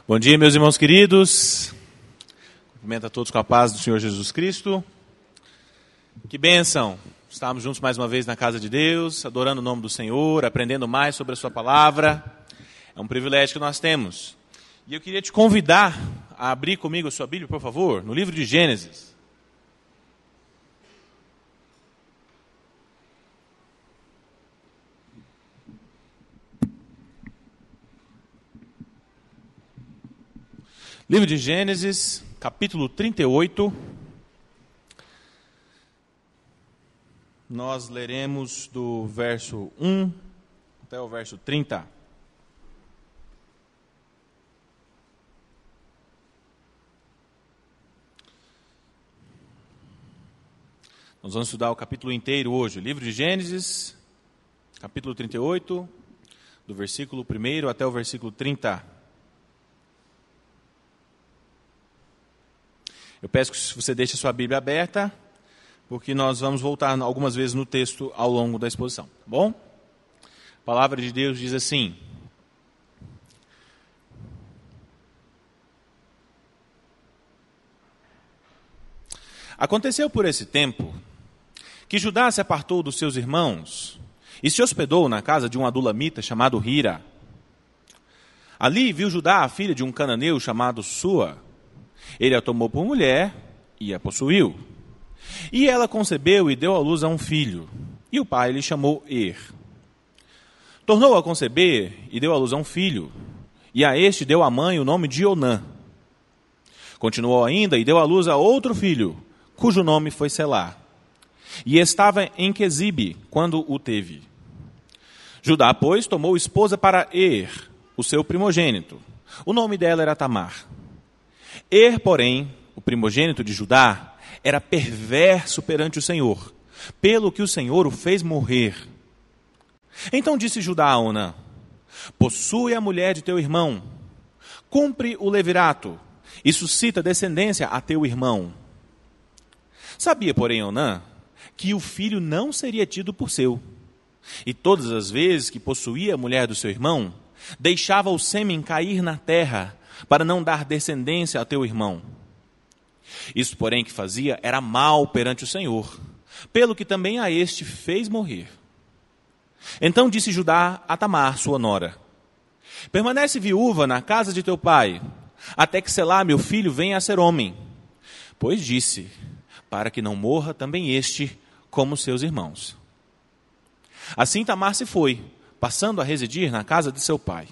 Bom dia, meus irmãos queridos. Cumprimento a todos com a paz do Senhor Jesus Cristo. Que bênção estarmos juntos mais uma vez na casa de Deus, adorando o nome do Senhor, aprendendo mais sobre a sua palavra. É um privilégio que nós temos. E eu queria te convidar a abrir comigo a sua Bíblia, por favor, no livro de Gênesis. Livro de Gênesis, capítulo 38. Nós leremos do verso 1 até o verso 30. Nós vamos estudar o capítulo inteiro hoje. Livro de Gênesis, capítulo 38, do versículo 1 até o versículo 30. Eu peço que você deixe a sua Bíblia aberta, porque nós vamos voltar algumas vezes no texto ao longo da exposição. Tá bom? A palavra de Deus diz assim: Aconteceu por esse tempo que Judá se apartou dos seus irmãos e se hospedou na casa de um adulamita chamado Hira. Ali viu Judá a filha de um cananeu chamado Sua. Ele a tomou por mulher e a possuiu. E ela concebeu e deu à luz a um filho. E o pai lhe chamou Tornou a conceber e deu à luz a um filho. E a este deu a mãe o nome de Onã. Continuou ainda e deu à luz a outro filho, cujo nome foi Selá. E estava em Quezibe quando o teve. Judá, pois, tomou esposa para o seu primogênito. O nome dela era Tamar. Porém, o primogênito de Judá, era perverso perante o Senhor, pelo que o Senhor o fez morrer. Então disse Judá a Onã: Possui a mulher de teu irmão, cumpre o levirato e suscita descendência a teu irmão. Sabia, porém, Onã, que o filho não seria tido por seu. E todas as vezes que possuía a mulher do seu irmão, deixava o sêmen cair na terra, para não dar descendência a teu irmão. Isto, porém, que fazia era mal perante o Senhor, pelo que também a este fez morrer. Então disse Judá a Tamar, sua nora: Permanece viúva na casa de teu pai, até que Selá, meu filho, venha a ser homem. Pois disse, para que não morra também este, como seus irmãos. Assim Tamar se foi, passando a residir na casa de seu pai.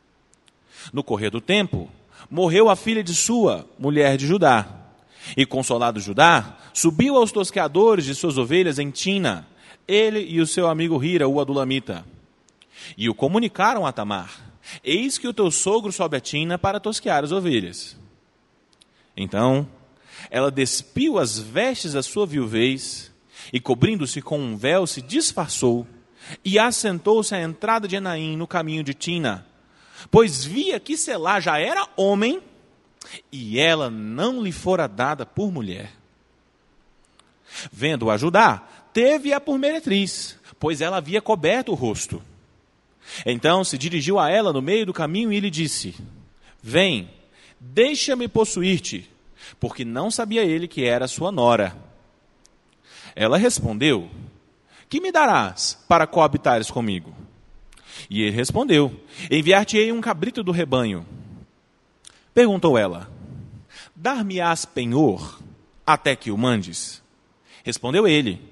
No correr do tempo, morreu a filha de Sua, mulher de Judá. E consolado Judá, subiu aos tosqueadores de suas ovelhas em Tina, ele e o seu amigo Hira, o adulamita. E o comunicaram a Tamar: Eis que o teu sogro sobe a Tina para tosquear as ovelhas. Então, ela despiu as vestes da sua viuvez, e cobrindo-se com um véu, se disfarçou, e assentou-se à entrada de Enaim, no caminho de Tina, pois via que Selá já era homem, e ela não lhe fora dada por mulher. Vendo-a Judá, teve-a por meretriz, pois ela havia coberto o rosto. Então se dirigiu a ela no meio do caminho e lhe disse: Vem, deixa-me possuir-te, porque não sabia ele que era sua nora. Ela respondeu: Que me darás para coabitares comigo? E ele respondeu: Enviar-te-ei um cabrito do rebanho. Perguntou ela: Dar-me-ás penhor até que o mandes? Respondeu ele: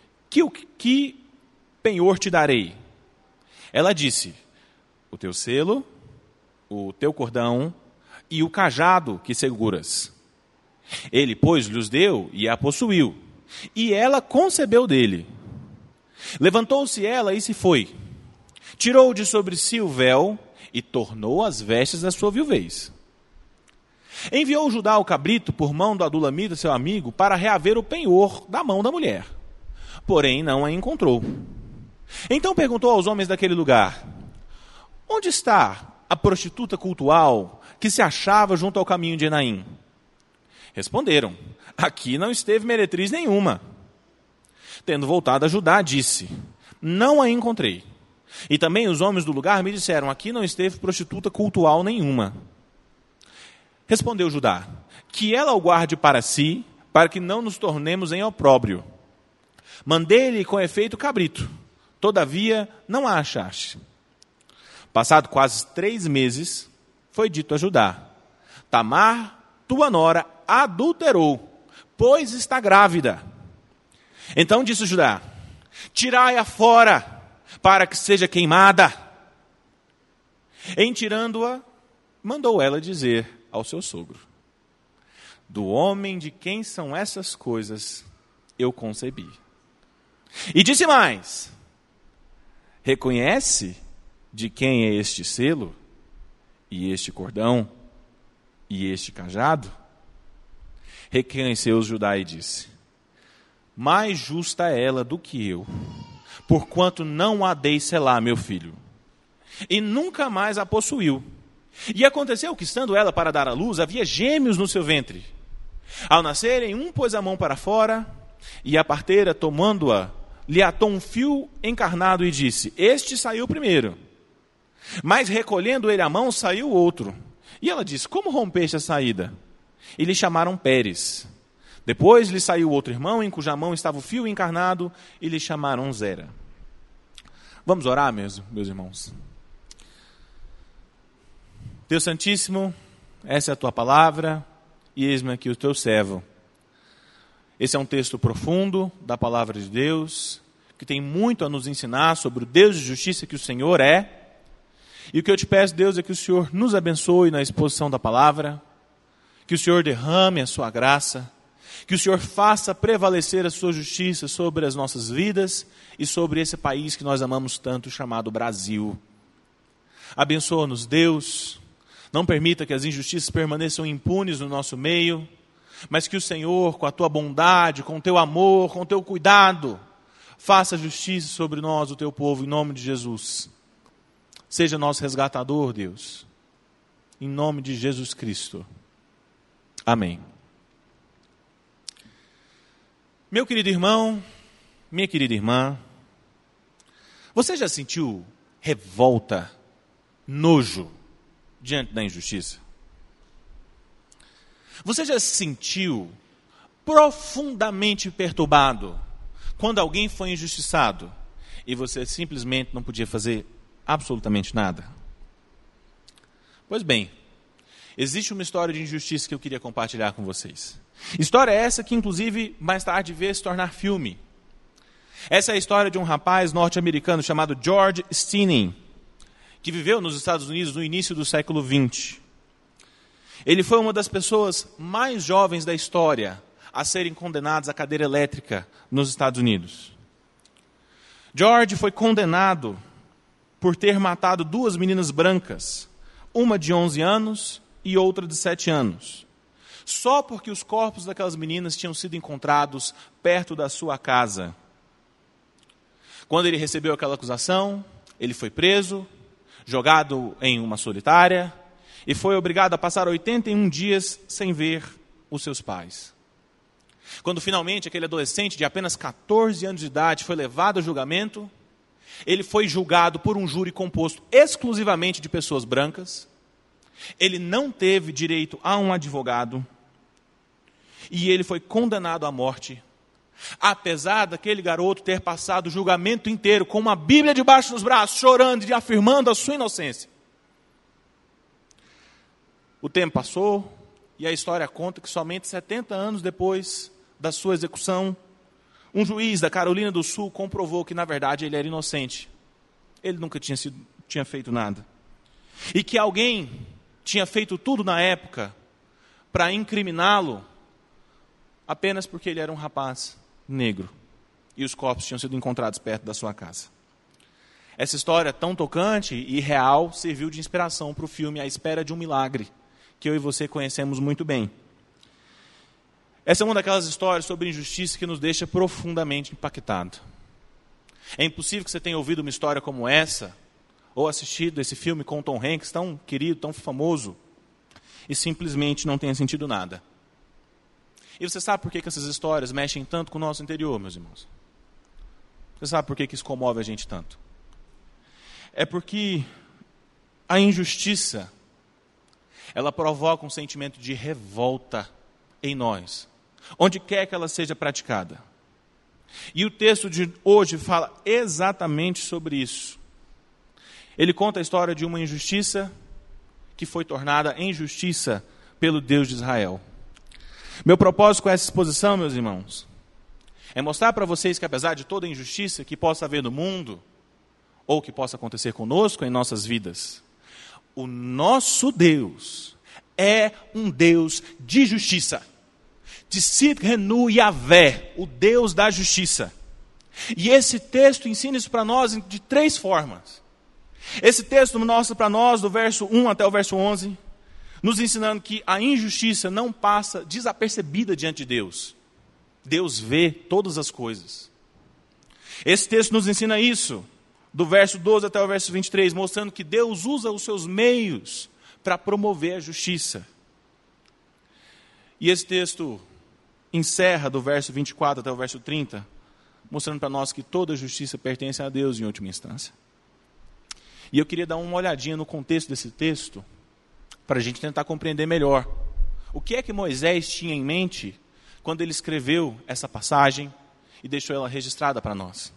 Que penhor te darei? Ela disse: O teu selo, o teu cordão e o cajado que seguras. Ele, pois, lhes deu e a possuiu. E ela concebeu dele. Levantou-se ela e se foi. Tirou de sobre si o véu e tornou as vestes da sua viuvez. Enviou Judá o cabrito por mão do adulamita, seu amigo, para reaver o penhor da mão da mulher. Porém, não a encontrou. Então perguntou aos homens daquele lugar: Onde está a prostituta cultual que se achava junto ao caminho de Enaim? Responderam: Aqui não esteve meretriz nenhuma. Tendo voltado a Judá, disse: Não a encontrei. E também os homens do lugar me disseram: aqui não esteve prostituta cultual nenhuma. Respondeu Judá: que ela o guarde para si, para que não nos tornemos em opróbrio. Mandei-lhe com efeito cabrito, todavia não a achaste. Passado quase 3 meses, foi dito a Judá: Tamar, tua nora, adulterou, pois está grávida. Então disse Judá: tirai-a fora, para que seja queimada. Em tirando-a, mandou ela dizer ao seu sogro: do homem de quem são essas coisas, eu concebi. E disse mais: reconhece de quem é este selo, e este cordão, e este cajado? Reconheceu Judá e disse: mais justa é ela do que eu, porquanto não a dei selar, meu filho. E nunca mais a possuiu. E aconteceu que, estando ela para dar à luz, havia gêmeos no seu ventre. Ao nascerem, um pôs a mão para fora, e a parteira, tomando-a, lhe atou um fio encarnado e disse: este saiu primeiro. Mas recolhendo ele a mão, saiu outro. E ela disse: como rompeste a saída? E lhe chamaram Pérez. Depois lhe saiu outro irmão, em cuja mão estava o fio encarnado, e lhe chamaram Zera. Vamos orar, meus irmãos? Deus Santíssimo, essa é a tua palavra, e eis-me aqui o teu servo. Esse é um texto profundo da palavra de Deus, que tem muito a nos ensinar sobre o Deus de justiça que o Senhor é. E o que eu te peço, Deus, é que o Senhor nos abençoe na exposição da palavra, que o Senhor derrame a sua graça, que o Senhor faça prevalecer a sua justiça sobre as nossas vidas e sobre esse país que nós amamos tanto, chamado Brasil. Abençoa-nos, Deus. Não permita que as injustiças permaneçam impunes no nosso meio, mas que o Senhor, com a tua bondade, com o teu amor, com o teu cuidado, faça justiça sobre nós, o teu povo, em nome de Jesus. Seja nosso resgatador, Deus, em nome de Jesus Cristo. Amém. Meu querido irmão, minha querida irmã, você já sentiu revolta, nojo diante da injustiça? Você já se sentiu profundamente perturbado quando alguém foi injustiçado e você simplesmente não podia fazer absolutamente nada? Pois bem, existe uma história de injustiça que eu queria compartilhar com vocês. História essa que, inclusive, mais tarde veio se tornar filme. Essa é a história de um rapaz norte-americano chamado George Steinem, que viveu nos Estados Unidos no início do século XX. Ele foi uma das pessoas mais jovens da história a serem condenados à cadeira elétrica nos Estados Unidos. George foi condenado por ter matado 2 meninas brancas, uma de 11 anos e outra de 7 anos, só porque os corpos daquelas meninas tinham sido encontrados perto da sua casa. Quando ele recebeu aquela acusação, ele foi preso, jogado em uma solitária e foi obrigado a passar 81 dias sem ver os seus pais. Quando finalmente aquele adolescente de apenas 14 anos de idade foi levado a julgamento, ele foi julgado por um júri composto exclusivamente de pessoas brancas. Ele não teve direito a um advogado e ele foi condenado à morte, apesar daquele garoto ter passado o julgamento inteiro com uma Bíblia debaixo dos braços, chorando e afirmando a sua inocência. O tempo passou e a história conta que somente 70 anos depois da sua execução, um juiz da Carolina do Sul comprovou que, na verdade, ele era inocente. Ele nunca tinha feito nada. E que alguém tinha feito tudo na época para incriminá-lo apenas porque ele era um rapaz negro e os corpos tinham sido encontrados perto da sua casa. Essa história tão tocante e real serviu de inspiração para o filme A Espera de um Milagre, que eu e você conhecemos muito bem. Essa é uma daquelas histórias sobre injustiça que nos deixa profundamente impactado. É impossível que você tenha ouvido uma história como essa, ou assistido esse filme com Tom Hanks, tão querido, tão famoso, e simplesmente não tenha sentido nada. E você sabe por que essas histórias mexem tanto com o nosso interior, meus irmãos? Você sabe por que isso comove a gente tanto? É porque a injustiça, ela provoca um sentimento de revolta em nós, onde quer que ela seja praticada. E o texto de hoje fala exatamente sobre isso. Ele conta a história de uma injustiça que foi tornada em justiça pelo Deus de Israel. Meu propósito com essa exposição, meus irmãos, é mostrar para vocês que apesar de toda a injustiça que possa haver no mundo, ou que possa acontecer conosco em nossas vidas, o nosso Deus é um Deus de justiça. Tzidkenu Yahvé, o Deus da justiça. E esse texto ensina isso para nós de 3 formas. Esse texto mostra para nós, do verso 1 até o verso 11, nos ensinando que a injustiça não passa desapercebida diante de Deus. Deus vê todas as coisas. Esse texto nos ensina isso, do verso 12 até o verso 23, mostrando que Deus usa os seus meios para promover a justiça. E esse texto encerra do verso 24 até o verso 30, mostrando para nós que toda justiça pertence a Deus em última instância. E eu queria dar uma olhadinha no contexto desse texto, para a gente tentar compreender melhor. O que é que Moisés tinha em mente quando ele escreveu essa passagem e deixou ela registrada para nós?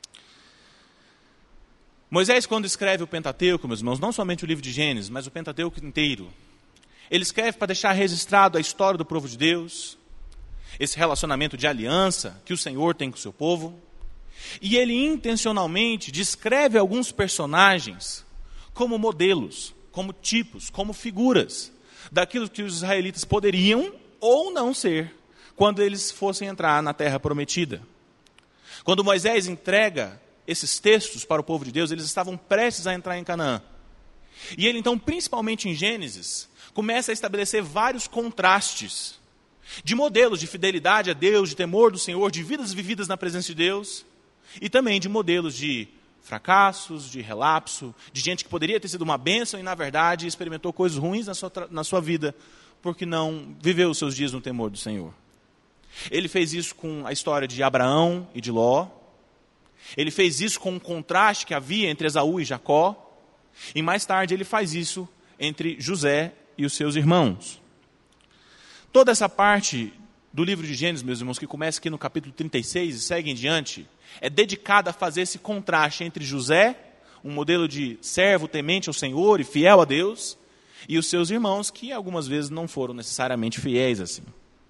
Moisés, quando escreve o Pentateuco, meus irmãos, não somente o livro de Gênesis, mas o Pentateuco inteiro, ele escreve para deixar registrado a história do povo de Deus, esse relacionamento de aliança que o Senhor tem com o seu povo, e ele intencionalmente descreve alguns personagens como modelos, como tipos, como figuras daquilo que os israelitas poderiam ou não ser quando eles fossem entrar na terra prometida. Quando Moisés entrega esses textos para o povo de Deus, eles estavam prestes a entrar em Canaã. E ele então, principalmente em Gênesis, começa a estabelecer vários contrastes de modelos de fidelidade a Deus, de temor do Senhor, de vidas vividas na presença de Deus, e também de modelos de fracassos, de relapso, de gente que poderia ter sido uma bênção e, na verdade, experimentou coisas ruins na sua vida, porque não viveu os seus dias no temor do Senhor. Ele fez isso com a história de Abraão e de Ló. Ele fez isso com um contraste que havia entre Esaú e Jacó. E mais tarde ele faz isso entre José e os seus irmãos. Toda essa parte do livro de Gênesis, meus irmãos, que começa aqui no capítulo 36 e segue em diante, é dedicada a fazer esse contraste entre José, um modelo de servo temente ao Senhor e fiel a Deus, e os seus irmãos, que algumas vezes não foram necessariamente fiéis assim.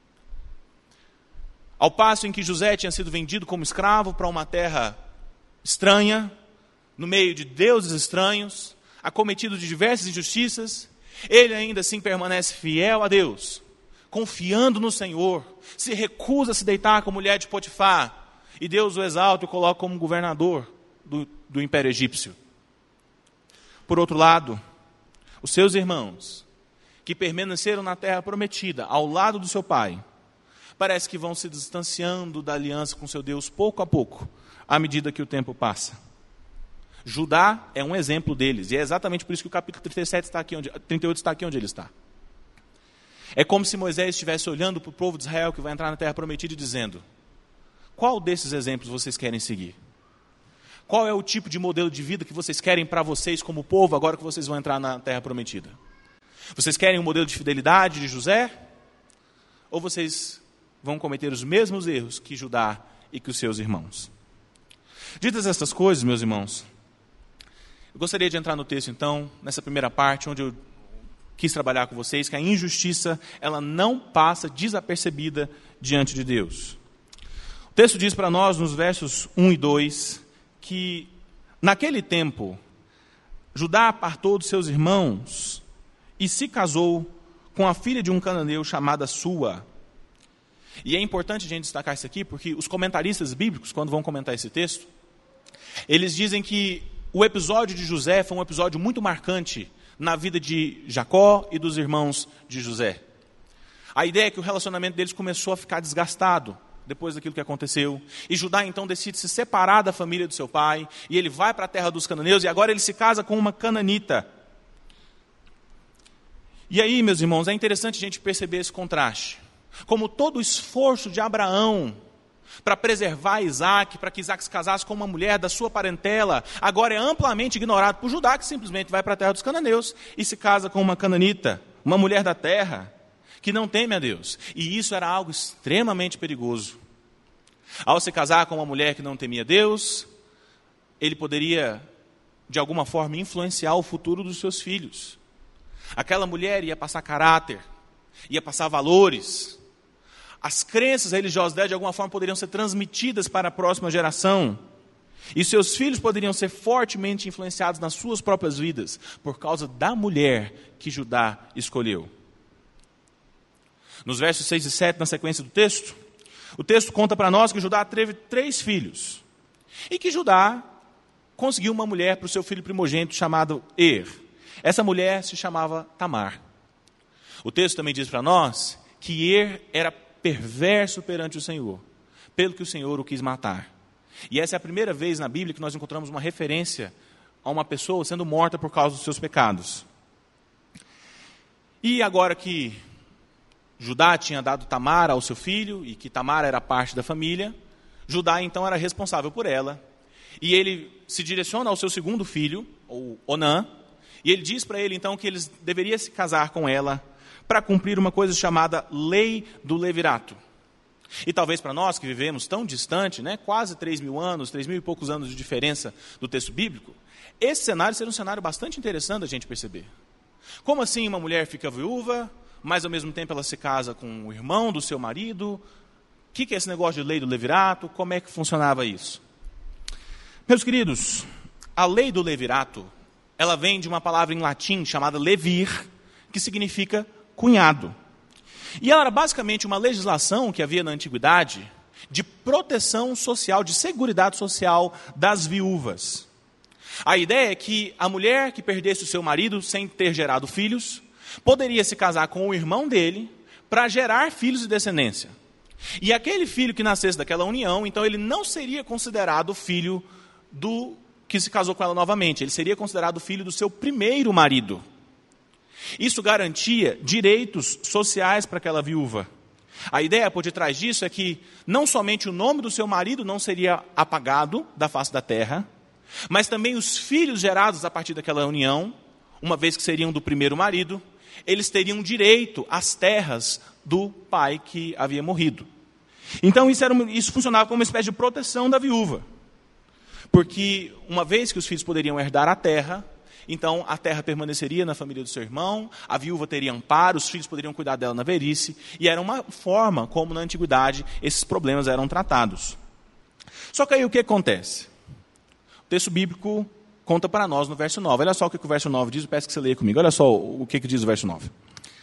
Ao passo em que José tinha sido vendido como escravo para uma terra estranha, no meio de deuses estranhos, acometido de diversas injustiças, ele ainda assim permanece fiel a Deus, confiando no Senhor, se recusa a se deitar com a mulher de Potifar, e Deus o exalta e o coloca como governador do Império Egípcio. Por outro lado, os seus irmãos, que permaneceram na terra prometida, ao lado do seu pai, parece que vão se distanciando da aliança com seu Deus pouco a pouco, à medida que o tempo passa. Judá é um exemplo deles, e é exatamente por isso que o capítulo 38 está aqui onde ele está. É como se Moisés estivesse olhando para o povo de Israel que vai entrar na terra prometida e dizendo: qual desses exemplos vocês querem seguir? Qual é o tipo de modelo de vida que vocês querem para vocês como povo agora que vocês vão entrar na terra prometida? Vocês querem um modelo de fidelidade de José? Ou vocês vão cometer os mesmos erros que Judá e que os seus irmãos? Ditas estas coisas, meus irmãos, eu gostaria de entrar no texto então, nessa primeira parte, onde eu quis trabalhar com vocês, que a injustiça, ela não passa desapercebida diante de Deus. O texto diz para nós, nos versos 1 e 2, que naquele tempo, Judá apartou dos seus irmãos e se casou com a filha de um cananeu chamada Sua. E é importante a gente destacar isso aqui, porque os comentaristas bíblicos, quando vão comentar esse texto, eles dizem que o episódio de José foi um episódio muito marcante na vida de Jacó e dos irmãos de José. A ideia é que o relacionamento deles começou a ficar desgastado depois daquilo que aconteceu. E Judá então decide se separar da família do seu pai, e ele vai para a terra dos cananeus, e agora ele se casa com uma cananita. E aí, meus irmãos, é interessante a gente perceber esse contraste. Como todo o esforço de Abraão para preservar Isaac, para que Isaac se casasse com uma mulher da sua parentela, agora é amplamente ignorado por Judá, que simplesmente vai para a terra dos cananeus e se casa com uma cananita, uma mulher da terra, que não teme a Deus. E isso era algo extremamente perigoso. Ao se casar com uma mulher que não temia Deus, ele poderia, de alguma forma, influenciar o futuro dos seus filhos. Aquela mulher ia passar caráter, ia passar valores. As crenças religiosas dela, de alguma forma, poderiam ser transmitidas para a próxima geração. E seus filhos poderiam ser fortemente influenciados nas suas próprias vidas, por causa da mulher que Judá escolheu. Nos versos 6 e 7, na sequência do texto, o texto conta para nós que Judá teve 3 filhos. E que Judá conseguiu uma mulher para o seu filho primogênito chamado Er. Essa mulher se chamava Tamar. O texto também diz para nós que Er era perverso perante o Senhor, pelo que o Senhor o quis matar. E essa é a primeira vez na Bíblia que nós encontramos uma referência a uma pessoa sendo morta por causa dos seus pecados. E agora que Judá tinha dado Tamar ao seu filho, e que Tamar era parte da família, Judá então era responsável por ela. E ele se direciona ao seu segundo filho, ou Onã, e ele diz para ele então que ele deveria se casar com ela para cumprir uma coisa chamada Lei do Levirato. E talvez para nós que vivemos tão distante, né, quase 3.000 anos, 3.000 e poucos anos de diferença do texto bíblico, esse cenário seria um cenário bastante interessante a gente perceber. Como assim uma mulher fica viúva, mas ao mesmo tempo ela se casa com o irmão do seu marido? O que é esse negócio de lei do levirato? Como é que funcionava isso? Meus queridos, a lei do levirato, ela vem de uma palavra em latim chamada levir, que significa cunhado. E ela era basicamente uma legislação que havia na antiguidade de proteção social, de seguridade social das viúvas. A ideia é que a mulher que perdesse o seu marido sem ter gerado filhos, poderia se casar com o irmão dele para gerar filhos e descendência. E aquele filho que nascesse daquela união, então ele não seria considerado filho do que se casou com ela novamente. Ele seria considerado filho do seu primeiro marido. Isso garantia direitos sociais para aquela viúva. A ideia por detrás disso é que não somente o nome do seu marido não seria apagado da face da terra, mas também os filhos gerados a partir daquela união, uma vez que seriam do primeiro marido, eles teriam direito às terras do pai que havia morrido. Então isso funcionava como uma espécie de proteção da viúva. Porque uma vez que os filhos poderiam herdar a terra, então a terra permaneceria na família do seu irmão, a viúva teria amparo, os filhos poderiam cuidar dela na velhice, e era uma forma como na antiguidade esses problemas eram tratados. Só que aí o que acontece? O texto bíblico conta para nós no verso 9. Olha só o que o verso 9 diz, eu peço que você leia comigo. Olha só o que diz o verso 9.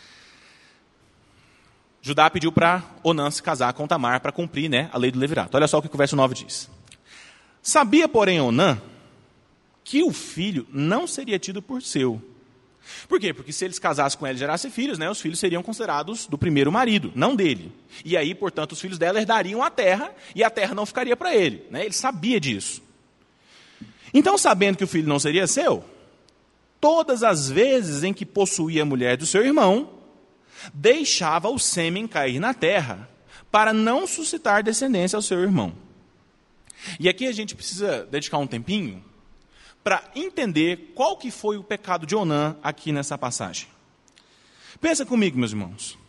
Judá pediu para Onã se casar com Tamar para cumprir, né, a lei do levirato. Olha só o que o verso 9 diz. Sabia, porém, Onã que o filho não seria tido por seu. Por quê? Porque se eles casassem com ela e gerassem filhos, né, os filhos seriam considerados do primeiro marido, não dele. E aí, portanto, os filhos dela herdariam a terra e a terra não ficaria para ele. Né? Ele sabia disso. Então, sabendo que o filho não seria seu, todas as vezes em que possuía a mulher do seu irmão, deixava o sêmen cair na terra para não suscitar descendência ao seu irmão. E aqui a gente precisa dedicar um tempinho para entender qual que foi o pecado de Onã aqui nessa passagem. Pensa comigo, meus irmãos.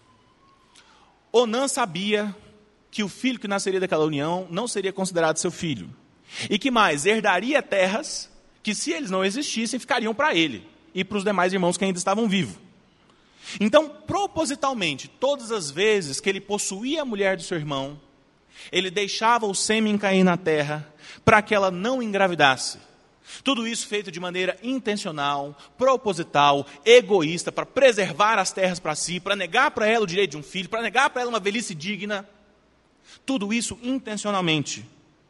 Onã sabia que o filho que nasceria daquela união não seria considerado seu filho. E que mais? Herdaria terras que, se eles não existissem, ficariam para ele e para os demais irmãos que ainda estavam vivos. Então, propositalmente, todas as vezes que ele possuía a mulher do seu irmão, ele deixava o sêmen cair na terra para que ela não engravidasse. Tudo isso feito de maneira intencional, proposital, egoísta, para preservar as terras para si, para negar para ela o direito de um filho, para negar para ela uma velhice digna. Tudo isso intencionalmente.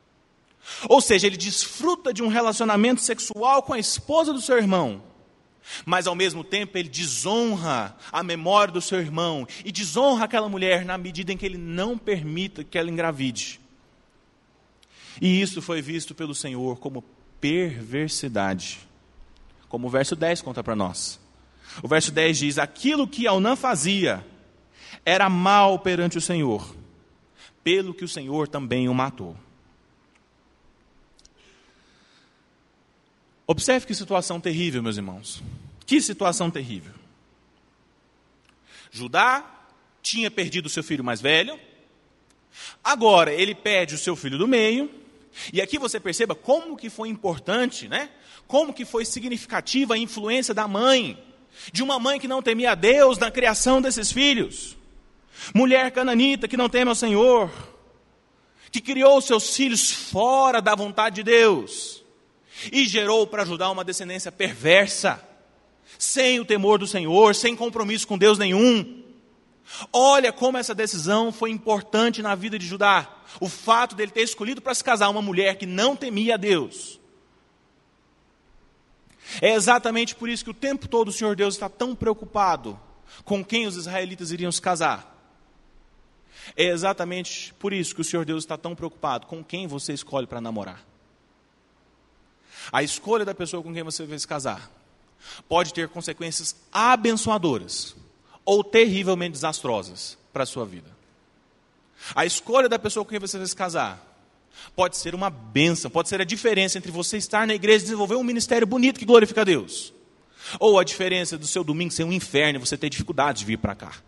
Ou seja, ele desfruta de um relacionamento sexual com a esposa do seu irmão, mas ao mesmo tempo ele desonra a memória do seu irmão e desonra aquela mulher na medida em que ele não permita que ela engravide. E isso foi visto pelo Senhor como perversidade, como o verso 10 conta para nós. O verso 10 diz: aquilo que Onã fazia era mal perante o Senhor, pelo que o Senhor também o matou. Observe que situação terrível, meus irmãos. Que situação terrível. Judá tinha perdido o seu filho mais velho, agora ele perde o seu filho do meio, e aqui você perceba como que foi importante, né? Como que foi significativa a influência da mãe, de uma mãe que não temia a Deus na criação desses filhos. Mulher cananita que não teme ao Senhor, que criou seus filhos fora da vontade de Deus, e gerou para Judá uma descendência perversa, sem o temor do Senhor, sem compromisso com Deus nenhum. Olha como essa decisão foi importante na vida de Judá. O fato dele ter escolhido para se casar uma mulher que não temia a Deus. É exatamente por isso que o tempo todo o Senhor Deus está tão preocupado com quem os israelitas iriam se casar. É exatamente por isso que o Senhor Deus está tão preocupado com quem você escolhe para namorar. A escolha da pessoa com quem você vai se casar pode ter consequências abençoadoras ou terrivelmente desastrosas para a sua vida. A escolha da pessoa com quem você vai se casar pode ser uma bênção, pode ser a diferença entre você estar na igreja e desenvolver um ministério bonito que glorifica a Deus, ou a diferença do seu domingo ser um inferno e você ter dificuldade de vir para cá.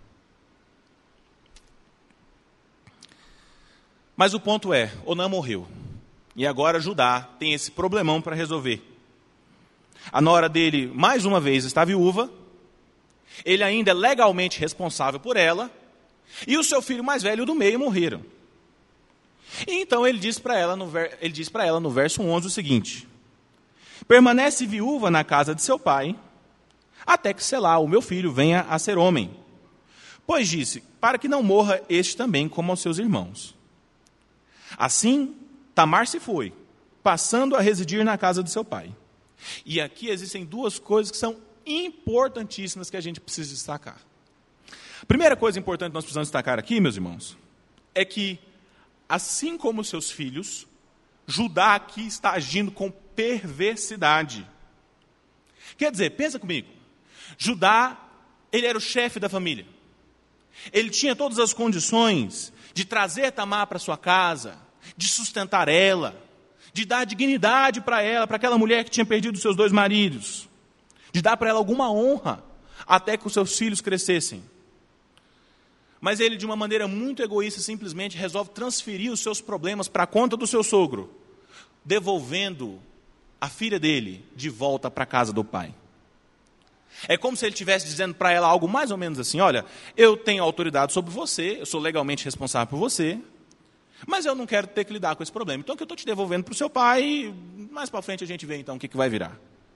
Mas o ponto é, Onã morreu, e agora Judá tem esse problemão para resolver. A nora dele, mais uma vez, está viúva, ele ainda é legalmente responsável por ela, e o seu filho mais velho do meio morreram. E então ele diz para ela no verso 11 o seguinte: permanece viúva na casa de seu pai, até que Selá, o meu filho, venha a ser homem. Pois disse, para que não morra este também como aos seus irmãos. Assim, Tamar se foi, passando a residir na casa de seu pai. E aqui existem duas coisas que são importantíssimas que a gente precisa destacar. A primeira coisa importante que nós precisamos destacar aqui, meus irmãos, é que, assim como seus filhos, Judá aqui está agindo com perversidade. Quer dizer, pensa comigo, Judá, ele era o chefe da família. Ele tinha todas as condições de trazer Tamar para sua casa, de sustentar ela, de dar dignidade para ela, para aquela mulher que tinha perdido seus 2 maridos, de dar para ela alguma honra, até que os seus filhos crescessem. Mas ele, de uma maneira muito egoísta, simplesmente resolve transferir os seus problemas para a conta do seu sogro, devolvendo a filha dele de volta para a casa do pai. É como se ele estivesse dizendo para ela algo mais ou menos assim: olha, eu tenho autoridade sobre você, eu sou legalmente responsável por você, mas eu não quero ter que lidar com esse problema. Então, que eu estou te devolvendo para o seu pai, e mais para frente a gente vê então o que vai virar.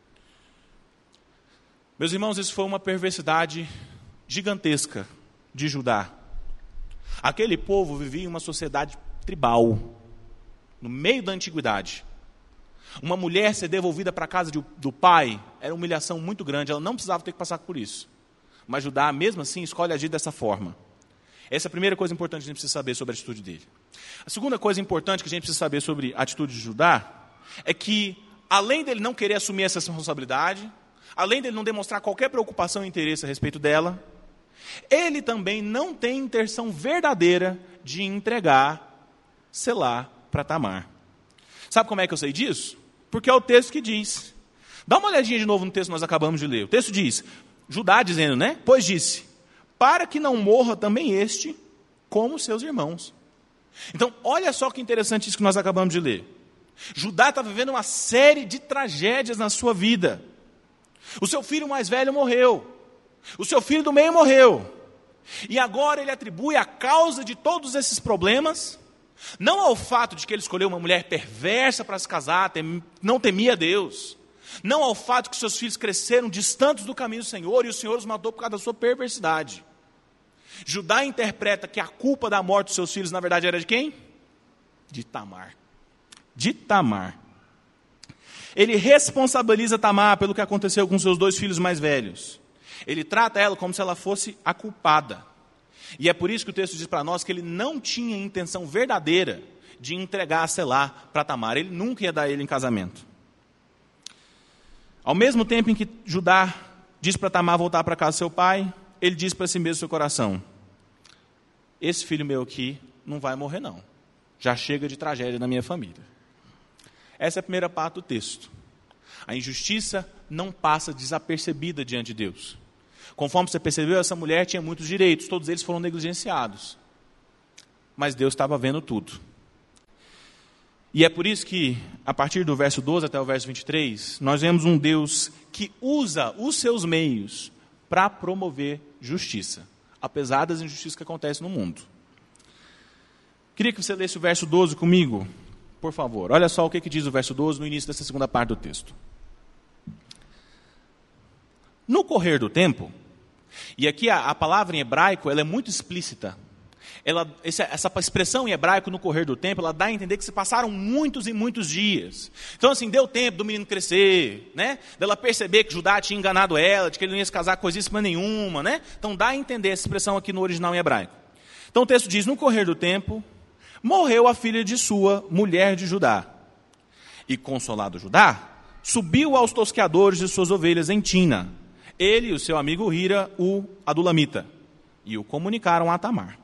Meus irmãos, isso foi uma perversidade gigantesca de Judá. Aquele povo vivia em uma sociedade tribal, no meio da antiguidade. Uma mulher ser devolvida para a casa do pai era uma humilhação muito grande, ela não precisava ter que passar por isso. Mas Judá, mesmo assim, escolhe agir dessa forma. Essa é a primeira coisa importante que a gente precisa saber sobre a atitude dele. A segunda coisa importante que a gente precisa saber sobre a atitude de Judá é que, além dele não querer assumir essa responsabilidade, além dele não demonstrar qualquer preocupação e interesse a respeito dela, ele também não tem intenção verdadeira de entregar Selá para Tamar. Sabe como é que eu sei disso? Porque é o texto que diz. Dá uma olhadinha de novo no texto que nós acabamos de ler. O texto diz, Judá dizendo, né? Pois disse, para que não morra também este, como seus irmãos. Então, olha só que interessante isso que nós acabamos de ler. Judá está vivendo uma série de tragédias na sua vida. O seu filho mais velho morreu. O seu filho do meio morreu. E agora ele atribui a causa de todos esses problemas, não ao fato de que ele escolheu uma mulher perversa para se casar, não temia Deus. Não ao fato que seus filhos cresceram distantes do caminho do Senhor e o Senhor os matou por causa da sua perversidade. Judá interpreta que a culpa da morte dos seus filhos, na verdade, era de quem? De Tamar. De Tamar. Ele responsabiliza Tamar pelo que aconteceu com seus 2 filhos mais velhos. Ele trata ela como se ela fosse a culpada. E é por isso que o texto diz para nós que ele não tinha intenção verdadeira de entregar a Selá para Tamar. Ele nunca ia dar ele em casamento. Ao mesmo tempo em que Judá diz para Tamar voltar para casa do seu pai, ele diz para si mesmo no seu coração: esse filho meu aqui não vai morrer não. Já chega de tragédia na minha família. Essa é a primeira parte do texto. A injustiça não passa desapercebida diante de Deus. Conforme você percebeu, essa mulher tinha muitos direitos, todos eles foram negligenciados. Mas Deus estava vendo tudo. E é por isso que, a partir do verso 12 até o verso 23, nós vemos um Deus que usa os seus meios para promover justiça, apesar das injustiças que acontecem no mundo. Queria que você lesse o verso 12 comigo, por favor. Olha só o que diz o verso 12 no início dessa segunda parte do texto. No correr do tempo, e aqui a palavra em hebraico ela é muito explícita. Essa expressão em hebraico, no correr do tempo, ela dá a entender que se passaram muitos e muitos dias. Então, assim, deu tempo do menino crescer, né? Dela perceber que Judá tinha enganado ela, de que ele não ia se casar coisíssima nenhuma, né? Então, dá a entender essa expressão aqui no original em hebraico. Então, o texto diz, no correr do tempo, morreu a filha de sua mulher de Judá. E, consolado Judá, subiu aos tosqueadores de suas ovelhas em Tina. Ele e o seu amigo Hira, o adulamita, e o comunicaram a Tamar.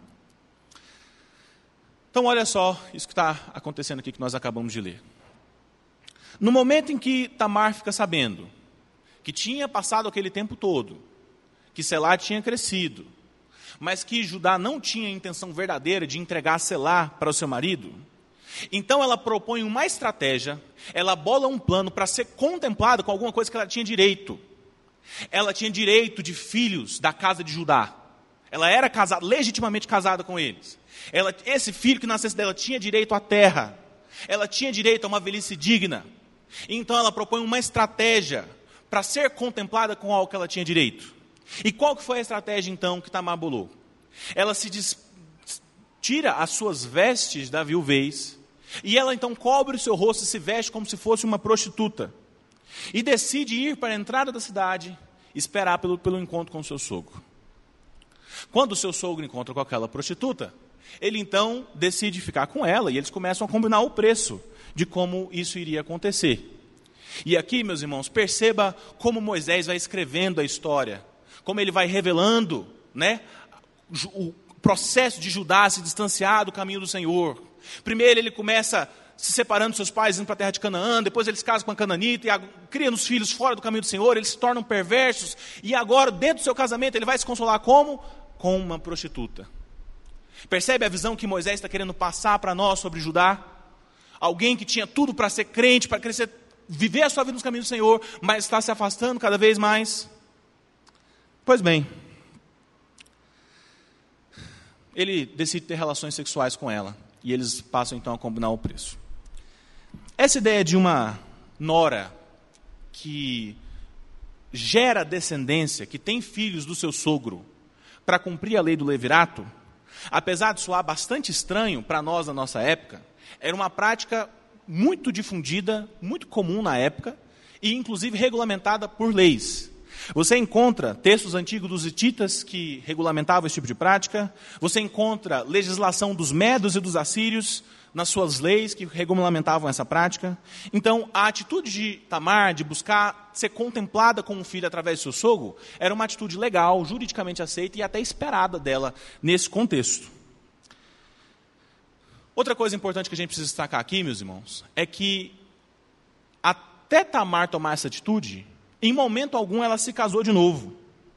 Então, olha só isso que está acontecendo aqui, que nós acabamos de ler. No momento em que Tamar fica sabendo que tinha passado aquele tempo todo, que Selá tinha crescido, mas que Judá não tinha a intenção verdadeira de entregar Selá para o seu marido, então ela propõe uma estratégia, ela bola um plano para ser contemplada com alguma coisa que ela tinha direito. Ela tinha direito de filhos da casa de Judá. Ela era casada, legitimamente casada com eles. Esse filho que nascesse dela tinha direito à terra. Ela tinha direito a uma velhice digna. Então ela propõe uma estratégia para ser contemplada com algo que ela tinha direito. E qual que foi a estratégia então que Tamar bolou? Ela tira as suas vestes da viuvez e ela então cobre o seu rosto e se veste como se fosse uma prostituta. E decide ir para a entrada da cidade e esperar pelo encontro com o seu sogro. Quando o seu sogro encontra com aquela prostituta, ele então decide ficar com ela e eles começam a combinar o preço de como isso iria acontecer. E aqui, meus irmãos, perceba como Moisés vai escrevendo a história, como ele vai revelando, né, o processo de Judá se distanciar do caminho do Senhor. Primeiro ele começa se separando dos seus pais, indo para a terra de Canaã, depois eles casam com a cananita e criam os filhos fora do caminho do Senhor, eles se tornam perversos, e agora, dentro do seu casamento, ele vai se consolar como? Com uma prostituta. Percebe a visão que Moisés está querendo passar para nós sobre Judá? Alguém que tinha tudo para ser crente, para crescer, viver a sua vida nos caminhos do Senhor, mas está se afastando cada vez mais. Pois bem, ele decide ter relações sexuais com ela, e eles passam então a combinar o preço. Essa ideia de uma nora que gera descendência, que tem filhos do seu sogro, para cumprir a lei do levirato, apesar de soar bastante estranho para nós na nossa época, era uma prática muito difundida, muito comum na época, e inclusive regulamentada por leis. Você encontra textos antigos dos hititas que regulamentavam esse tipo de prática, você encontra legislação dos medos e dos assírios nas suas leis que regulamentavam essa prática. Então, a atitude de Tamar de buscar ser contemplada como filha através do seu sogro era uma atitude legal, juridicamente aceita e até esperada dela nesse contexto. Outra coisa importante que a gente precisa destacar aqui, meus irmãos, é que até Tamar tomar essa atitude, em momento algum ela se casou de novo.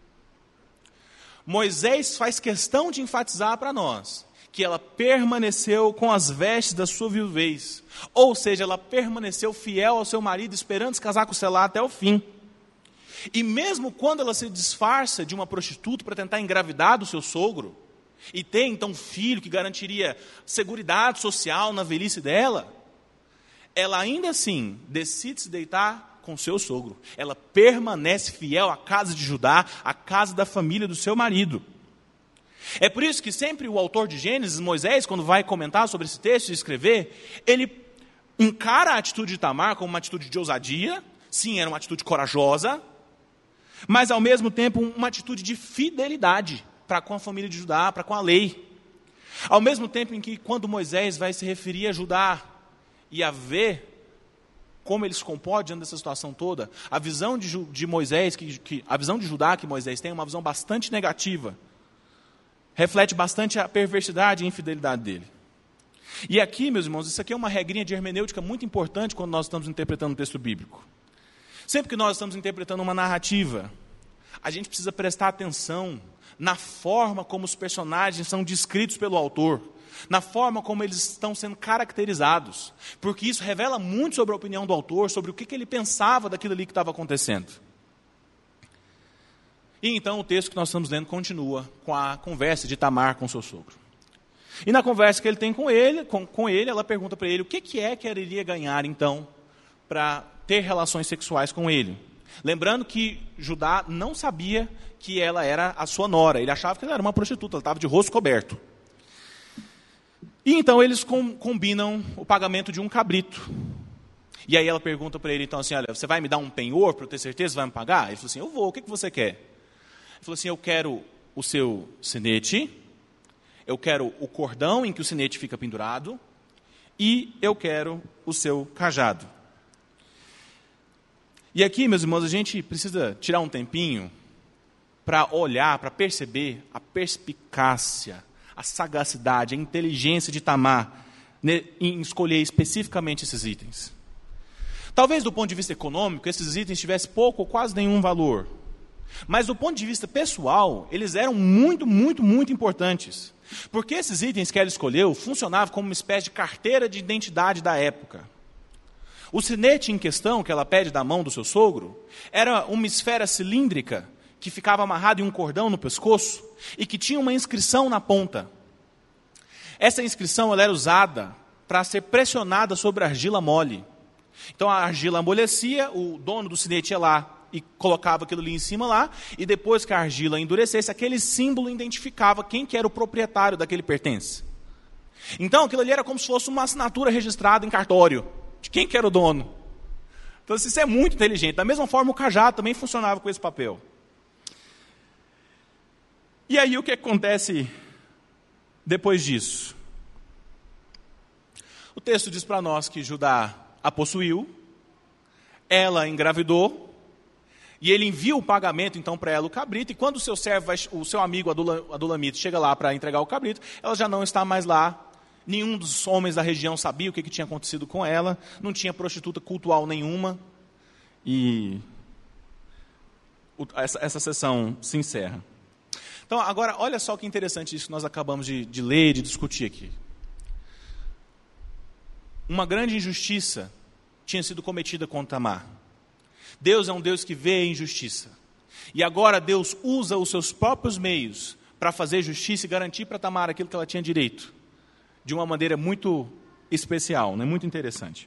Moisés faz questão de enfatizar para nós que ela permaneceu com as vestes da sua viuvez. Ou seja, ela permaneceu fiel ao seu marido, esperando se casar com Selá até o fim. E mesmo quando ela se disfarça de uma prostituta para tentar engravidar do seu sogro, e ter então um filho que garantiria seguridade social na velhice dela, ela ainda assim decide se deitar com seu sogro. Ela permanece fiel à casa de Judá, à casa da família do seu marido. É por isso que sempre o autor de Gênesis, Moisés, quando vai comentar sobre esse texto e escrever, ele encara a atitude de Tamar como uma atitude de ousadia, sim, era uma atitude corajosa, mas ao mesmo tempo uma atitude de fidelidade para com a família de Judá, para com a lei. Ao mesmo tempo em que quando Moisés vai se referir a Judá e a ver como ele se comporta diante dessa situação toda, a visão de Moisés, a visão de Judá que Moisés tem é uma visão bastante negativa. Reflete bastante a perversidade e a infidelidade dele. E aqui, meus irmãos, isso aqui é uma regrinha de hermenêutica muito importante quando nós estamos interpretando o texto bíblico. Sempre que nós estamos interpretando uma narrativa, a gente precisa prestar atenção na forma como os personagens são descritos pelo autor, na forma como eles estão sendo caracterizados, porque isso revela muito sobre a opinião do autor, sobre o que ele pensava daquilo ali que estava acontecendo. E então o texto que nós estamos lendo continua com a conversa de Tamar com seu sogro. E na conversa que ele tem com ele, ela pergunta para ele o que é que ela iria ganhar então para ter relações sexuais com ele. Lembrando que Judá não sabia que ela era a sua nora, ele achava que ela era uma prostituta, ela estava de rosto coberto. E então eles combinam o pagamento de um cabrito. E aí ela pergunta para ele então assim, olha, você vai me dar um penhor para eu ter certeza que vai me pagar? Ele falou assim, eu vou, o que você quer? Ele falou assim, eu quero o seu sinete, eu quero o cordão em que o sinete fica pendurado e eu quero o seu cajado. E aqui, meus irmãos, a gente precisa tirar um tempinho para olhar, para perceber a perspicácia, a sagacidade, a inteligência de Tamar em escolher especificamente esses itens. Talvez do ponto de vista econômico, esses itens tivessem pouco ou quase nenhum valor. Mas do ponto de vista pessoal, eles eram muito, muito, muito importantes. Porque esses itens que ela escolheu funcionavam como uma espécie de carteira de identidade da época. O sinete em questão, que ela pede da mão do seu sogro, era uma esfera cilíndrica que ficava amarrada em um cordão no pescoço e que tinha uma inscrição na ponta. Essa inscrição ela era usada para ser pressionada sobre a argila mole. Então a argila amolecia, o dono do sinete ia lá e colocava aquilo ali em cima lá, e depois que a argila endurecesse, aquele símbolo identificava quem que era o proprietário daquele pertence. Então aquilo ali era como se fosse uma assinatura registrada em cartório, de quem que era o dono. Então isso é muito inteligente. Da mesma forma o cajado também funcionava com esse papel. E aí o que acontece depois disso? O texto diz para nós que Judá a possuiu, ela engravidou, e ele envia o pagamento então para ela o cabrito, e quando o seu servo, o seu amigo Adulamite chega lá para entregar o cabrito, ela já não está mais lá. Nenhum dos homens da região sabia o que tinha acontecido com ela, não tinha prostituta cultual nenhuma, e essa sessão se encerra. Então, agora, olha só que interessante isso que nós acabamos de ler e de discutir aqui. Uma grande injustiça tinha sido cometida contra Tamar. Deus é um Deus que vê a injustiça. E agora Deus usa os seus próprios meios para fazer justiça e garantir para Tamar aquilo que ela tinha direito. De uma maneira muito especial, né? Muito interessante.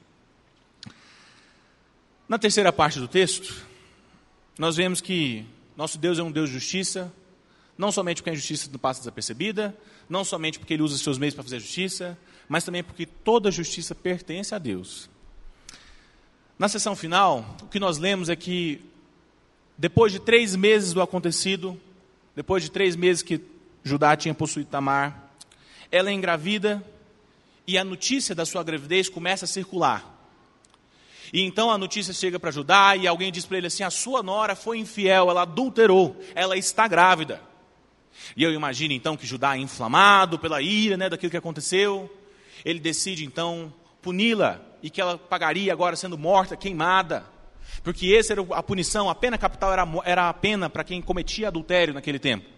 Na terceira parte do texto, nós vemos que nosso Deus é um Deus de justiça, não somente porque a injustiça não passa desapercebida, não somente porque Ele usa os seus meios para fazer justiça, mas também porque toda justiça pertence a Deus. Na sessão final, o que nós lemos é que, depois de 3 meses do acontecido, depois de 3 meses que Judá tinha possuído Tamar, ela é engravida e a notícia da sua gravidez começa a circular. E então a notícia chega para Judá e alguém diz para ele assim, a sua nora foi infiel, ela adulterou, ela está grávida. E eu imagino então que Judá, inflamado pela ira, né, daquilo que aconteceu, ele decide então puni-la e que ela pagaria agora sendo morta, queimada. Porque essa era a punição, a pena capital era a pena para quem cometia adultério naquele tempo.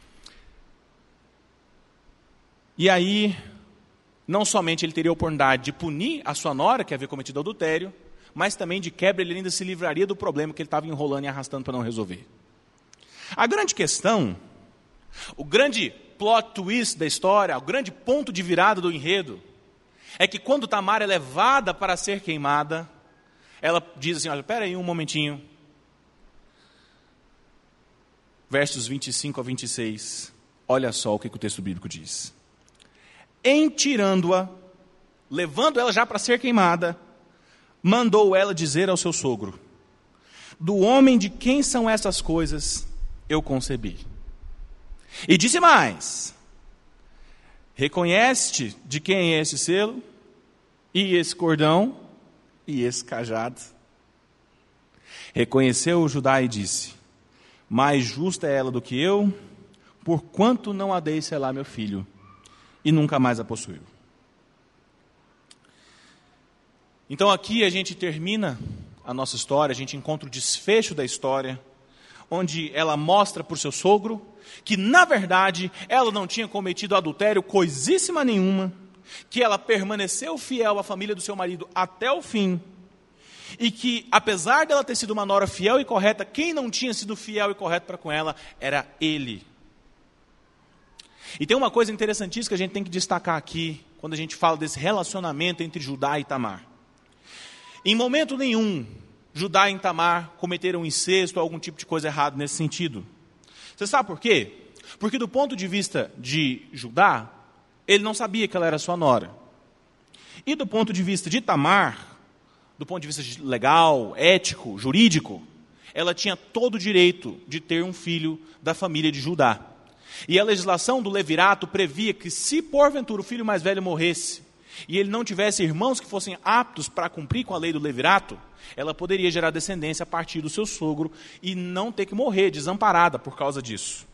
E aí, não somente ele teria a oportunidade de punir a sua nora, que havia cometido adultério, mas também de quebra ele ainda se livraria do problema que ele estava enrolando e arrastando para não resolver. A grande questão, o grande plot twist da história, o grande ponto de virada do enredo, é que quando Tamar é levada para ser queimada, ela diz assim, olha, espera aí um momentinho. Versos 25 a 26, olha só o que o texto bíblico diz. Em tirando-a, levando ela já para ser queimada, mandou ela dizer ao seu sogro, do homem de quem são essas coisas, eu concebi. E disse mais, reconhece-te de quem é esse selo, e esse cordão, e esse cajado. Reconheceu o Judá e disse, mais justa é ela do que eu, porquanto não a dei selar meu filho, e nunca mais a possuiu. Então aqui a gente termina a nossa história, a gente encontra o desfecho da história, onde ela mostra para o seu sogro que, na verdade, ela não tinha cometido adultério coisíssima nenhuma, que ela permaneceu fiel à família do seu marido até o fim, e que, apesar dela ter sido uma nora fiel e correta, quem não tinha sido fiel e correto para com ela era ele. E tem uma coisa interessantíssima que a gente tem que destacar aqui, quando a gente fala desse relacionamento entre Judá e Tamar. Em momento nenhum, Judá e Tamar cometeram incesto ou algum tipo de coisa errada nesse sentido. Você sabe por quê? Porque do ponto de vista de Judá, ele não sabia que ela era sua nora. E do ponto de vista de Tamar, do ponto de vista legal, ético, jurídico, ela tinha todo o direito de ter um filho da família de Judá. E a legislação do levirato previa que, se porventura o filho mais velho morresse e ele não tivesse irmãos que fossem aptos para cumprir com a lei do levirato, ela poderia gerar descendência a partir do seu sogro e não ter que morrer desamparada por causa disso.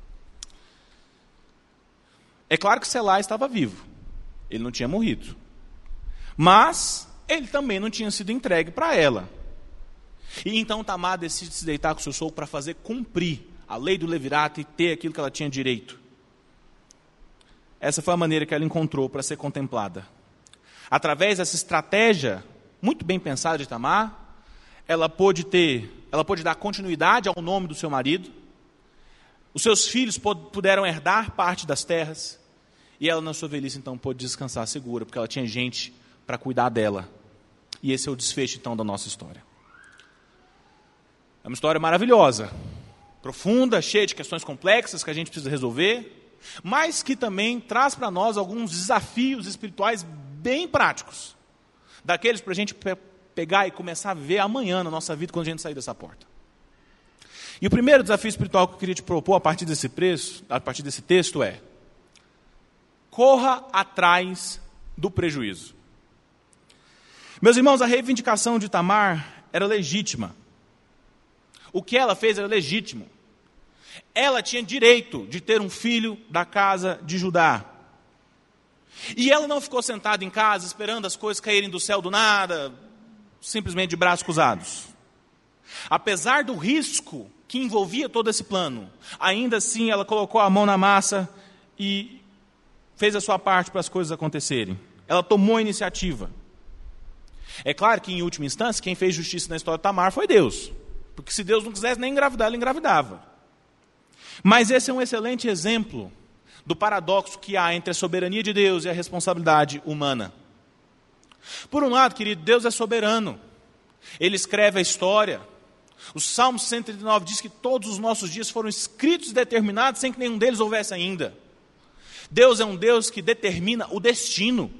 É claro que Selá estava vivo, ele não tinha morrido, mas ele também não tinha sido entregue para ela. E então Tamar decide se deitar com seu sogro para fazer cumprir a lei do levirato e ter aquilo que ela tinha direito. Essa foi a maneira que ela encontrou para ser contemplada. Através dessa estratégia muito bem pensada de Tamar, ela pôde dar continuidade ao nome do seu marido, os seus filhos puderam herdar parte das terras, e ela na sua velhice então pôde descansar segura, porque ela tinha gente para cuidar dela. E esse é o desfecho então da nossa história. É uma história maravilhosa, profunda, cheia de questões complexas que a gente precisa resolver, mas que também traz para nós alguns desafios espirituais bem práticos, daqueles para a gente pegar e começar a viver amanhã na nossa vida, quando a gente sair dessa porta. E o primeiro desafio espiritual que eu queria te propor a partir desse texto é: corra atrás do prejuízo. Meus irmãos, a reivindicação de Tamar era legítima. O que ela fez era legítimo. Ela tinha direito de ter um filho da casa de Judá. E ela não ficou sentada em casa esperando as coisas caírem do céu do nada, simplesmente de braços cruzados. Apesar do risco que envolvia todo esse plano, ainda assim ela colocou a mão na massa e fez a sua parte para as coisas acontecerem. Ela tomou a iniciativa. É claro que, em última instância, quem fez justiça na história de Tamar foi Deus. Porque se Deus não quisesse nem engravidar, ela engravidava. Mas esse é um excelente exemplo do paradoxo que há entre a soberania de Deus e a responsabilidade humana. Por um lado, querido, Deus é soberano. Ele escreve a história. O Salmo 139 diz que todos os nossos dias foram escritos e determinados sem que nenhum deles houvesse ainda. Deus é um Deus que determina o destino.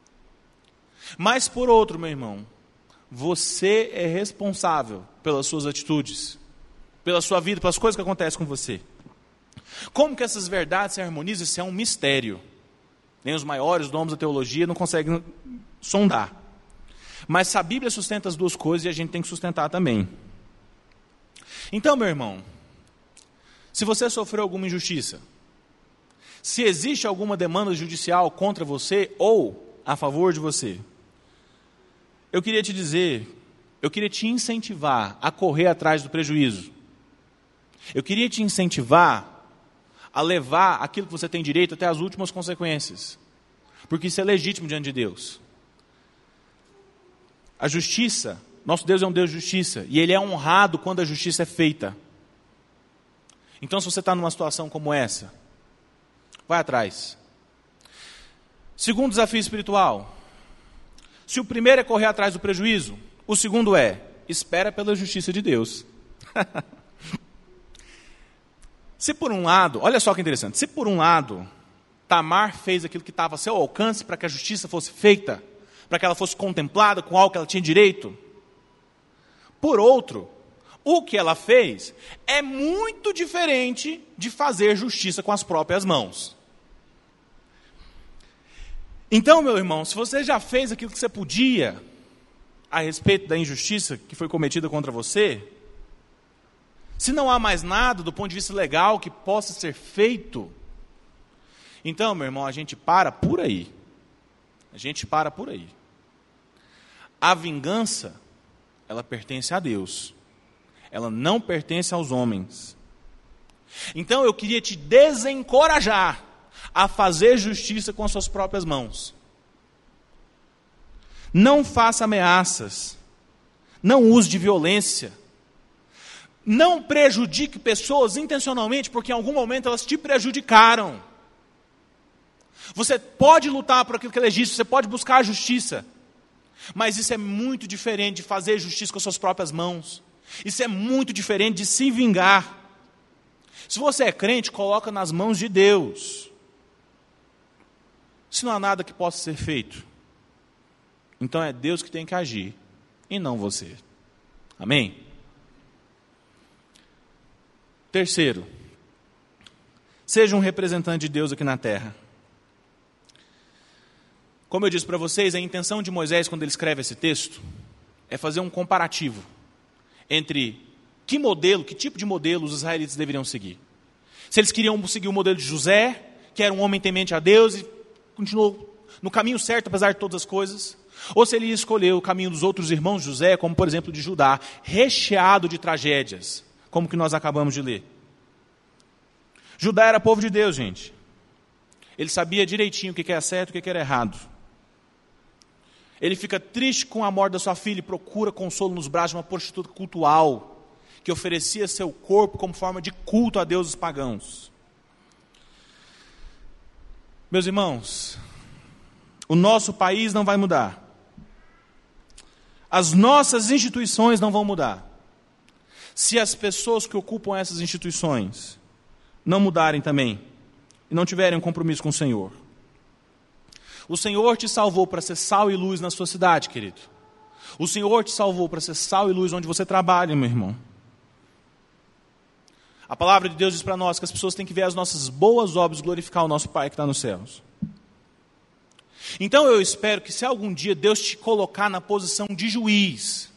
Mas, por outro, meu irmão, você é responsável pelas suas atitudes, pela sua vida, pelas coisas que acontecem com você. Como que essas verdades se harmonizam? Isso é um mistério. Nem os maiores nomes da teologia não conseguem sondar. Mas a Bíblia sustenta as duas coisas e a gente tem que sustentar também. Então, meu irmão, se você sofreu alguma injustiça, se existe alguma demanda judicial contra você ou a favor de você, eu queria te incentivar a correr atrás do prejuízo. Eu queria te incentivar a levar aquilo que você tem direito até as últimas consequências. Porque isso é legítimo diante de Deus. A justiça, nosso Deus é um Deus de justiça, e Ele é honrado quando a justiça é feita. Então, se você está numa situação como essa, vai atrás. Segundo desafio espiritual: se o primeiro é correr atrás do prejuízo, o segundo é: espera pela justiça de Deus. Se por um lado, olha só que interessante, se por um lado, Tamar fez aquilo que estava a seu alcance para que a justiça fosse feita, para que ela fosse contemplada com algo que ela tinha direito, por outro, o que ela fez é muito diferente de fazer justiça com as próprias mãos. Então, meu irmão, se você já fez aquilo que você podia a respeito da injustiça que foi cometida contra você, se não há mais nada do ponto de vista legal que possa ser feito, então, meu irmão, a gente para por aí. A gente para por aí. A vingança, ela pertence a Deus. ela não pertence aos homens. Então eu queria te desencorajar a fazer justiça com as suas próprias mãos. Não faça ameaças, não use de violência, não prejudique pessoas intencionalmente, porque em algum momento elas te prejudicaram. Você pode lutar por aquilo que é legítimo, você pode buscar a justiça, mas isso é muito diferente de fazer justiça com as suas próprias mãos. Isso é muito diferente de se vingar. Se você é crente, coloca nas mãos de Deus. Se não há nada que possa ser feito, então é Deus que tem que agir, e não você. Amém? Terceiro, seja um representante de Deus aqui na terra. Como eu disse para vocês, a intenção de Moisés, quando ele escreve esse texto, é fazer um comparativo entre que tipo de modelo os israelitas deveriam seguir. Se eles queriam seguir o modelo de José, que era um homem temente a Deus e continuou no caminho certo, apesar de todas as coisas, ou se ele ia escolher o caminho dos outros irmãos de José, como por exemplo de Judá, recheado de tragédias, como que nós acabamos de ler. Judá era povo de Deus, gente. Ele sabia direitinho o que era certo e o que era errado. Ele fica triste com a morte da sua filha e procura consolo nos braços de uma prostituta cultual, que oferecia seu corpo como forma de culto a deuses pagãos. Meus irmãos, o nosso país não vai mudar. As nossas instituições não vão mudar. Se as pessoas que ocupam essas instituições não mudarem também, e não tiverem um compromisso com o Senhor. O Senhor te salvou para ser sal e luz na sua cidade, querido. O Senhor te salvou para ser sal e luz onde você trabalha, meu irmão. A palavra de Deus diz para nós que as pessoas têm que ver as nossas boas obras glorificar o nosso Pai que está nos céus. Então eu espero que se algum dia Deus te colocar na posição de juiz,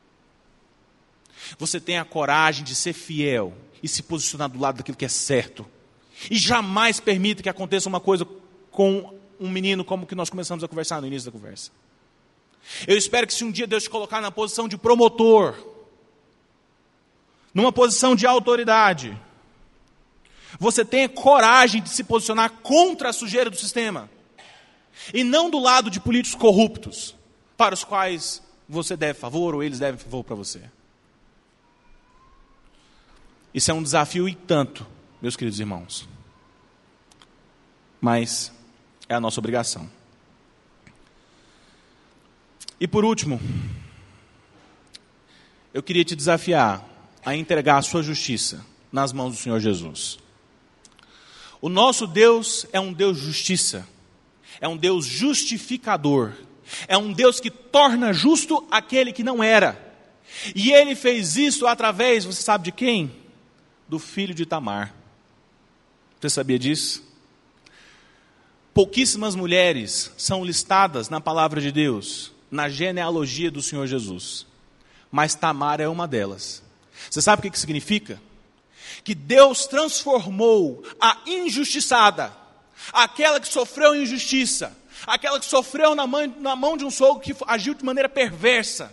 você tenha a coragem de ser fiel e se posicionar do lado daquilo que é certo. E jamais permita que aconteça uma coisa com um menino como que nós começamos a conversar no início da conversa. Eu espero que se um dia Deus te colocar na posição de promotor, numa posição de autoridade, você tenha coragem de se posicionar contra a sujeira do sistema. E não do lado de políticos corruptos, para os quais você deve favor ou eles devem favor para você. Isso é um desafio e tanto, meus queridos irmãos. Mas é a nossa obrigação. E por último, eu queria te desafiar a entregar a sua justiça nas mãos do Senhor Jesus. O nosso Deus é um Deus de justiça, é um Deus justificador, é um Deus que torna justo aquele que não era. E Ele fez isso através, você sabe de quem? Do filho de Tamar. Você sabia disso? Pouquíssimas mulheres são listadas na palavra de Deus, na genealogia do Senhor Jesus. Mas Tamar é uma delas. Você sabe o que significa? Que Deus transformou a injustiçada, aquela que sofreu injustiça, aquela que sofreu na mão de um sogro que agiu de maneira perversa,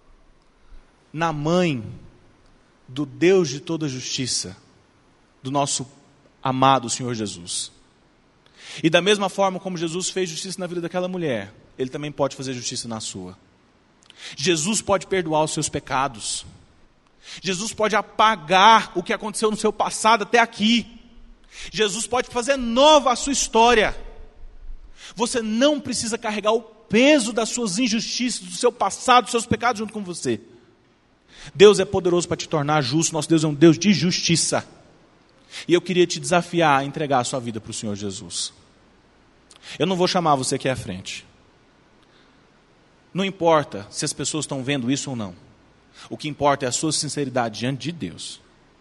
na mãe do Deus de toda justiça, do nosso amado Senhor Jesus. E da mesma forma como Jesus fez justiça na vida daquela mulher, Ele também pode fazer justiça na sua. Jesus pode perdoar os seus pecados. Jesus pode apagar o que aconteceu no seu passado até aqui. Jesus pode fazer nova a sua história. Você não precisa carregar o peso das suas injustiças, do seu passado, dos seus pecados junto com você. Deus é poderoso para te tornar justo. Nosso Deus é um Deus de justiça. E eu queria te desafiar a entregar a sua vida para o Senhor Jesus. Eu não vou chamar você aqui à frente. Não importa se as pessoas estão vendo isso ou não. O que importa é a sua sinceridade diante de Deus.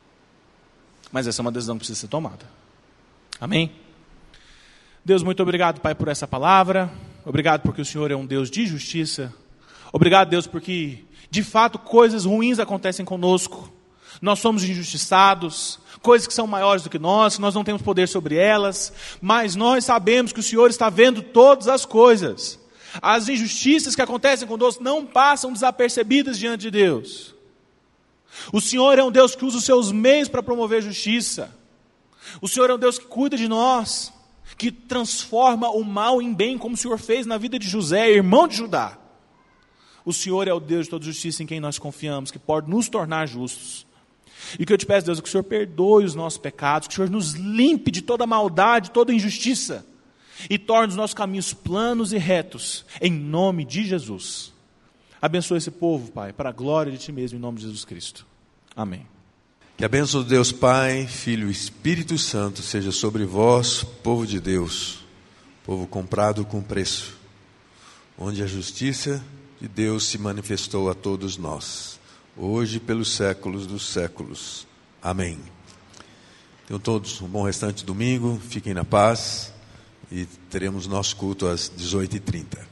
Mas essa é uma decisão que precisa ser tomada. Amém? Deus, muito obrigado, Pai, por essa palavra. Obrigado porque o Senhor é um Deus de justiça. Obrigado, Deus, porque de fato coisas ruins acontecem conosco. Nós somos injustiçados, coisas que são maiores do que nós não temos poder sobre elas, mas nós sabemos que o Senhor está vendo todas as coisas. As injustiças que acontecem conosco não passam desapercebidas diante de Deus. O Senhor é um Deus que usa os seus meios para promover justiça. O Senhor é um Deus que cuida de nós, que transforma o mal em bem, como o Senhor fez na vida de José, irmão de Judá. O Senhor é o Deus de toda justiça em quem nós confiamos, que pode nos tornar justos. E o que eu te peço, Deus, é que o Senhor perdoe os nossos pecados, que o Senhor nos limpe de toda maldade, toda injustiça, e torne os nossos caminhos planos e retos, em nome de Jesus. Abençoa esse povo, Pai, para a glória de Ti mesmo, em nome de Jesus Cristo. Amém. Que a bênção de Deus Pai, Filho e Espírito Santo seja sobre vós, povo de Deus, povo comprado com preço, onde a justiça de Deus se manifestou a todos nós, hoje e pelos séculos dos séculos. Amém. Tenham todos um bom restante de domingo, fiquem na paz e teremos nosso culto às 18h30.